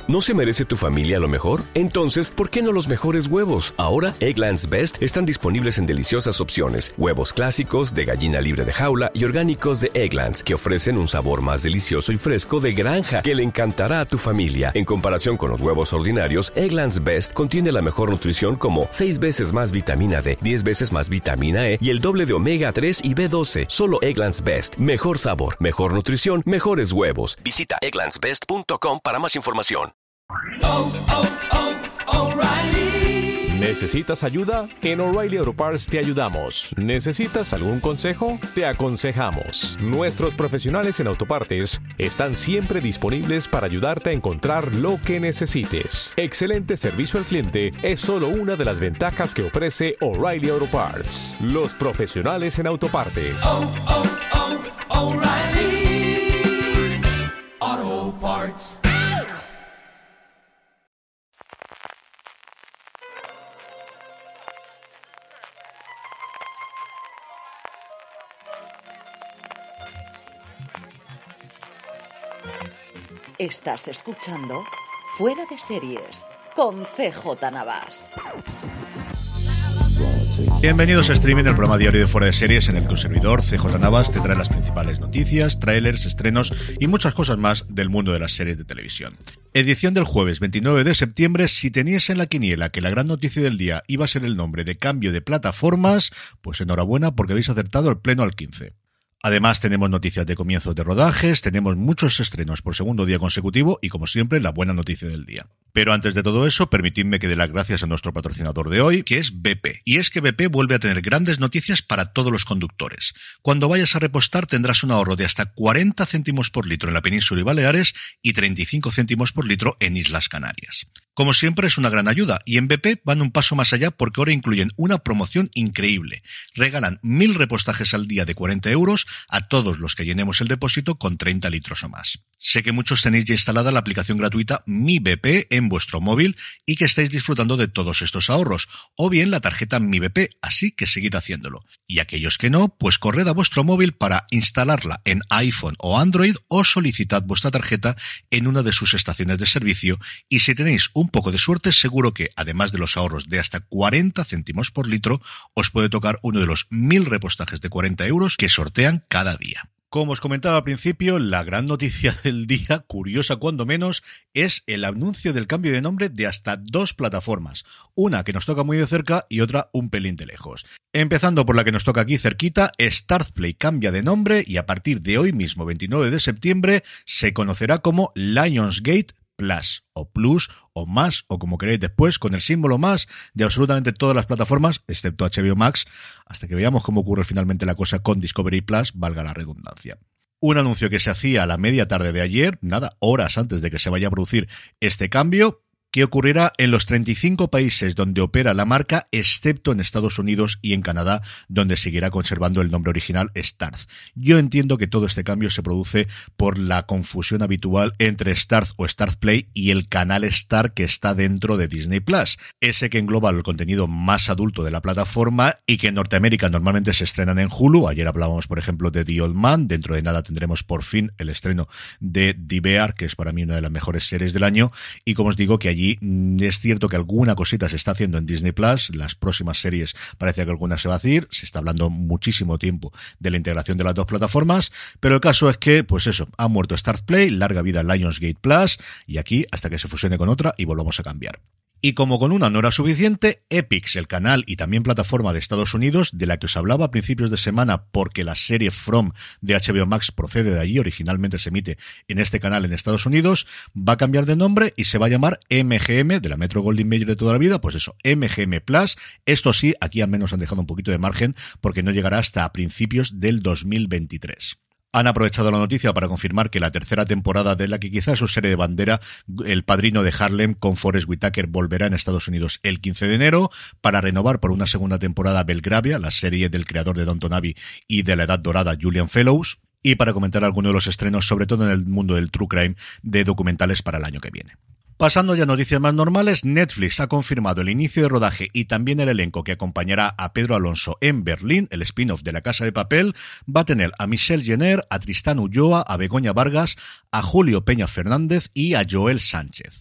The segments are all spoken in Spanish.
¿No se merece tu familia lo mejor? Entonces, ¿por qué no los mejores huevos? Ahora, Eggland's Best están disponibles en deliciosas opciones. Huevos clásicos, de gallina libre de jaula y orgánicos de Eggland's, que ofrecen un sabor más delicioso y fresco de granja que le encantará a tu familia. En comparación con los huevos ordinarios, Eggland's Best contiene la mejor nutrición como 6 veces más vitamina D, 10 veces más vitamina E y el doble de omega 3 y B12. Solo Eggland's Best. Mejor sabor, mejor nutrición, mejores huevos. Visita egglandsbest.com para más información. O'Reilly. ¿Necesitas ayuda? En O'Reilly Auto Parts te ayudamos. ¿Necesitas algún consejo? Te aconsejamos. Nuestros profesionales en autopartes están siempre disponibles para ayudarte a encontrar lo que necesites. Excelente servicio al cliente es solo una de las ventajas que ofrece O'Reilly Auto Parts. Los profesionales en autopartes. O'Reilly Auto Parts. Estás escuchando Fuera de Series con CJ Navas. Bienvenidos a Streaming, el programa diario de Fuera de Series en el que un servidor, CJ Navas, te trae las principales noticias, trailers, estrenos y muchas cosas más del mundo de las series de televisión. Edición del jueves 29 de septiembre. Si tenías en la quiniela que la gran noticia del día iba a ser el nombre de cambio de plataformas, pues enhorabuena porque habéis acertado el pleno al 15. Además, tenemos noticias de comienzos de rodajes, tenemos muchos estrenos por segundo día consecutivo y, como siempre, la buena noticia del día. Pero antes de todo eso, permitidme que dé las gracias a nuestro patrocinador de hoy, que es BP. Y es que BP vuelve a tener grandes noticias para todos los conductores. Cuando vayas a repostar tendrás un ahorro de hasta 40 céntimos por litro en la península y Baleares y 35 céntimos por litro en Islas Canarias. Como siempre, es una gran ayuda, y en BP van un paso más allá porque ahora incluyen una promoción increíble. Regalan 1000 repostajes al día de 40 euros a todos los que llenemos el depósito con 30 litros o más. Sé que muchos tenéis ya instalada la aplicación gratuita Mi BP en vuestro móvil y que estáis disfrutando de todos estos ahorros, o bien la tarjeta Mi BP, así que seguid haciéndolo. Y aquellos que no, pues corred a vuestro móvil para instalarla en iPhone o Android o solicitad vuestra tarjeta en una de sus estaciones de servicio, y si tenéis un poco de suerte, seguro que, además de los ahorros de hasta 40 céntimos por litro, os puede tocar uno de los 1000 repostajes de 40 euros que sortean cada día. Como os comentaba al principio, la gran noticia del día, curiosa cuando menos, es el anuncio del cambio de nombre de hasta 2 plataformas. Una que nos toca muy de cerca y otra un pelín de lejos. Empezando por la que nos toca aquí cerquita, Starzplay cambia de nombre y a partir de hoy mismo, 29 de septiembre, se conocerá como Lionsgate Plus, o Plus, o más, o como queréis después, con el símbolo más de absolutamente todas las plataformas, excepto HBO Max, hasta que veamos cómo ocurre finalmente la cosa con Discovery Plus, valga la redundancia. Un anuncio que se hacía a la media tarde de ayer, horas antes de que se vaya a producir este cambio, que ocurrirá en los 35 países donde opera la marca, excepto en Estados Unidos y en Canadá, donde seguirá conservando el nombre original Starz. Yo entiendo que todo este cambio se produce por la confusión habitual entre Starz o Starzplay y el canal Star que está dentro de Disney Plus, ese que engloba el contenido más adulto de la plataforma y que en Norteamérica normalmente se estrenan en Hulu. Ayer hablábamos, por ejemplo, de The Old Man. Dentro de nada tendremos por fin el estreno de The Bear, que es para mí una de las mejores series del año, y como os digo que allí es cierto que alguna cosita se está haciendo en Disney Plus. Las próximas series parece que alguna se va a hacer. Se está hablando muchísimo tiempo de la integración de las dos plataformas, pero el caso es que, pues eso, ha muerto Starzplay, larga vida Lionsgate Plus, y aquí hasta que se fusione con otra y volvamos a cambiar. Y como con una no era suficiente, Epix, el canal y también plataforma de Estados Unidos, de la que os hablaba a principios de semana porque la serie From de HBO Max procede de allí, originalmente se emite en este canal en Estados Unidos, va a cambiar de nombre y se va a llamar MGM, de la Metro Goldwyn Mayer de toda la vida, pues eso, MGM Plus. Esto sí, aquí al menos han dejado un poquito de margen porque no llegará hasta a principios del 2023. Han aprovechado la noticia para confirmar que la tercera temporada de la que quizás es su serie de bandera, El Padrino de Harlem, con Forest Whitaker, volverá en Estados Unidos el 15 de enero, para renovar por una segunda temporada Belgravia, la serie del creador de Downton Abbey y de La Edad Dorada, Julian Fellowes, y para comentar algunos de los estrenos, sobre todo en el mundo del true crime, de documentales para el año que viene. Pasando ya a noticias más normales, Netflix ha confirmado el inicio de rodaje y también el elenco que acompañará a Pedro Alonso en Berlín, el spin-off de La Casa de Papel. Va a tener a Michelle Jenner, a Tristán Ulloa, a Begoña Vargas, a Julio Peña Fernández y a Joel Sánchez.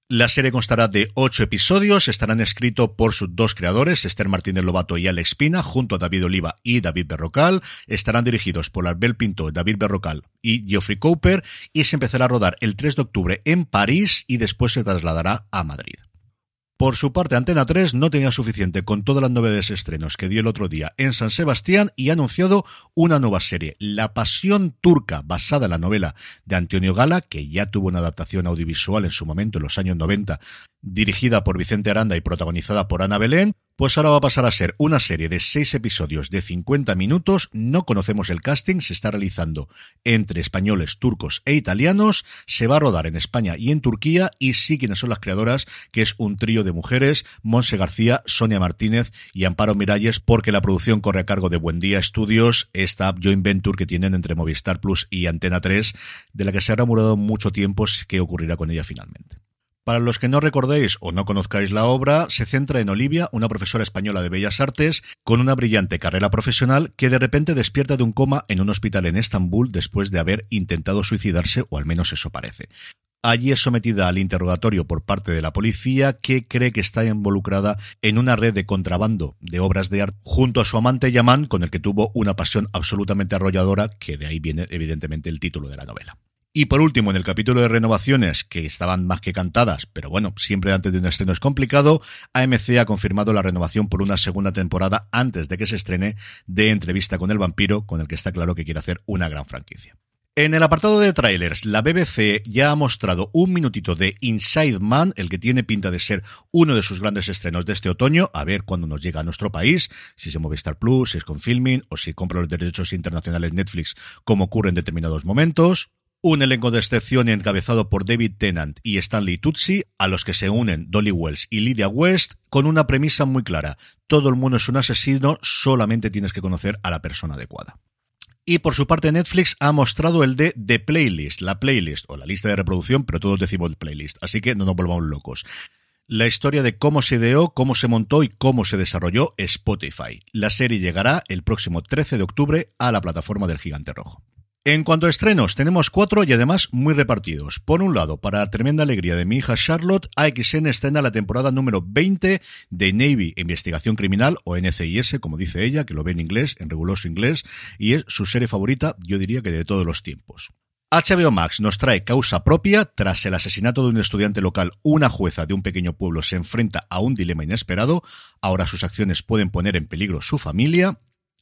La serie constará de 8 episodios, estarán escritos por sus dos creadores, Esther Martínez Lobato y Alex Pina, junto a David Oliva y David Berrocal. Estarán dirigidos por Albert Pinto, David Berrocal y Geoffrey Cooper, y se empezará a rodar el 3 de octubre en París y después se trasladará a Madrid. Por su parte, Antena 3 no tenía suficiente con todas las novedades estrenos que dio el otro día en San Sebastián y ha anunciado una nueva serie, La Pasión Turca, basada en la novela de Antonio Gala, que ya tuvo una adaptación audiovisual en su momento, en los años 90, dirigida por Vicente Aranda y protagonizada por Ana Belén. Pues ahora va a pasar a ser una serie de 6 episodios de 50 minutos. No conocemos el casting, se está realizando entre españoles, turcos e italianos. Se va a rodar en España y en Turquía, y sí quiénes son las creadoras, que es un trío de mujeres, Monse García, Sonia Martínez y Amparo Miralles, porque la producción corre a cargo de Buendía Studios, esta joint venture que tienen entre Movistar Plus y Antena 3, de la que se ha rumorado mucho tiempo qué ocurrirá con ella finalmente. Para los que no recordéis o no conozcáis la obra, se centra en Olivia, una profesora española de Bellas Artes, con una brillante carrera profesional, que de repente despierta de un coma en un hospital en Estambul después de haber intentado suicidarse, o al menos eso parece. Allí es sometida al interrogatorio por parte de la policía, que cree que está involucrada en una red de contrabando de obras de arte junto a su amante Yaman, con el que tuvo una pasión absolutamente arrolladora, que de ahí viene evidentemente el título de la novela. Y por último, en el capítulo de renovaciones, que estaban más que cantadas, pero bueno, siempre antes de un estreno es complicado, AMC ha confirmado la renovación por una segunda temporada antes de que se estrene de Entrevista con el vampiro, con el que está claro que quiere hacer una gran franquicia. En el apartado de trailers, la BBC ya ha mostrado un minutito de Inside Man, el que tiene pinta de ser uno de sus grandes estrenos de este otoño, a ver cuándo nos llega a nuestro país, si es en Movistar Plus, si es con Filmin, o si compra los derechos internacionales Netflix, como ocurre en determinados momentos. Un elenco de excepción encabezado por David Tennant y Stanley Tucci, a los que se unen Dolly Wells y Lydia West, con una premisa muy clara: todo el mundo es un asesino, solamente tienes que conocer a la persona adecuada. Y por su parte, Netflix ha mostrado el de The Playlist, la playlist o la lista de reproducción, pero todos decimos playlist, así que no nos volvamos locos. La historia de cómo se ideó, cómo se montó y cómo se desarrolló Spotify. La serie llegará el próximo 13 de octubre a la plataforma del Gigante Rojo. En cuanto a estrenos, tenemos 4 y además muy repartidos. Por un lado, para la tremenda alegría de mi hija Charlotte, AXN estrena la temporada número 20 de Navy Investigación Criminal, o NCIS, como dice ella, que lo ve en inglés, en riguroso inglés, y es su serie favorita, yo diría que de todos los tiempos. HBO Max nos trae Causa Propia. Tras el asesinato de un estudiante local, una jueza de un pequeño pueblo se enfrenta a un dilema inesperado. Ahora sus acciones pueden poner en peligro su familia.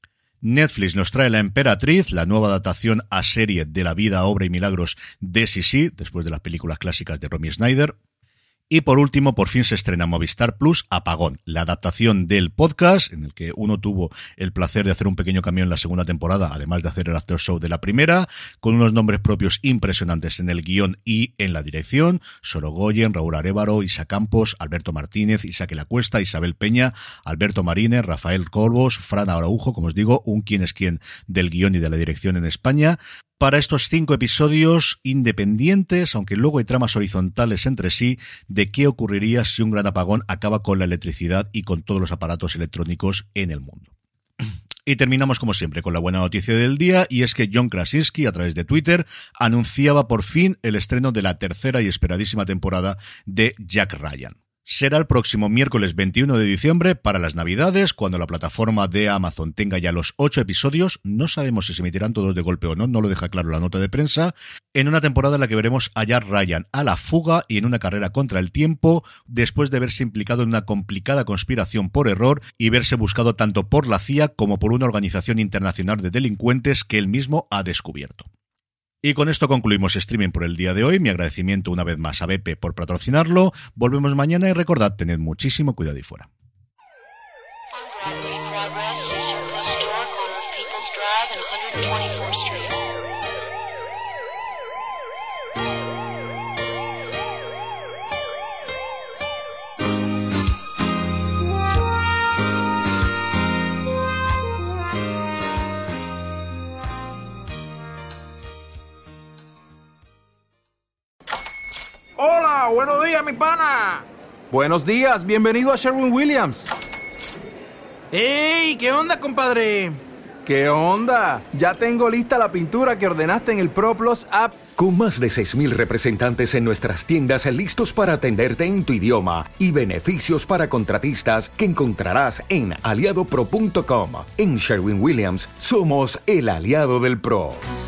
Netflix nos trae La Emperatriz, la nueva adaptación a serie de la vida, obra y milagros de Sisi, después de las películas clásicas de Romy Schneider. Y por último, por fin se estrena Movistar Plus Apagón, la adaptación del podcast, en el que uno tuvo el placer de hacer un pequeño cameo en la segunda temporada, además de hacer el after show de la primera, con unos nombres propios impresionantes en el guión y en la dirección: Sorogoyen, Raúl Arévaro, Isa Campos, Alberto Martínez, Isaac La Cuesta, Isabel Peña, Alberto Marínez, Rafael Corbos, Fran Araujo, como os digo, un quién es quién del guión y de la dirección en España. Para estos 5 episodios independientes, aunque luego hay tramas horizontales entre sí, de qué ocurriría si un gran apagón acaba con la electricidad y con todos los aparatos electrónicos en el mundo. Y terminamos como siempre con la buena noticia del día, y es que John Krasinski, a través de Twitter, anunciaba por fin el estreno de la tercera y esperadísima temporada de Jack Ryan. Será el próximo miércoles 21 de diciembre para las Navidades, cuando la plataforma de Amazon tenga ya los 8 episodios. No sabemos si se emitirán todos de golpe o no, no lo deja claro la nota de prensa. En una temporada en la que veremos a Jack Ryan a la fuga y en una carrera contra el tiempo, después de verse implicado en una complicada conspiración por error y verse buscado tanto por la CIA como por una organización internacional de delincuentes que él mismo ha descubierto. Y con esto concluimos streaming por el día de hoy. Mi agradecimiento una vez más a BP por patrocinarlo. Volvemos mañana y recordad, tened muchísimo cuidado y fuera. Hola, buenos días, mi pana. Buenos días, bienvenido a Sherwin-Williams. ¡Ey! ¿Qué onda, compadre? ¿Qué onda? Ya tengo lista la pintura que ordenaste en el ProPlus app. Con más de 6,000 representantes en nuestras tiendas listos para atenderte en tu idioma y beneficios para contratistas que encontrarás en aliadopro.com. En Sherwin-Williams somos el aliado del pro.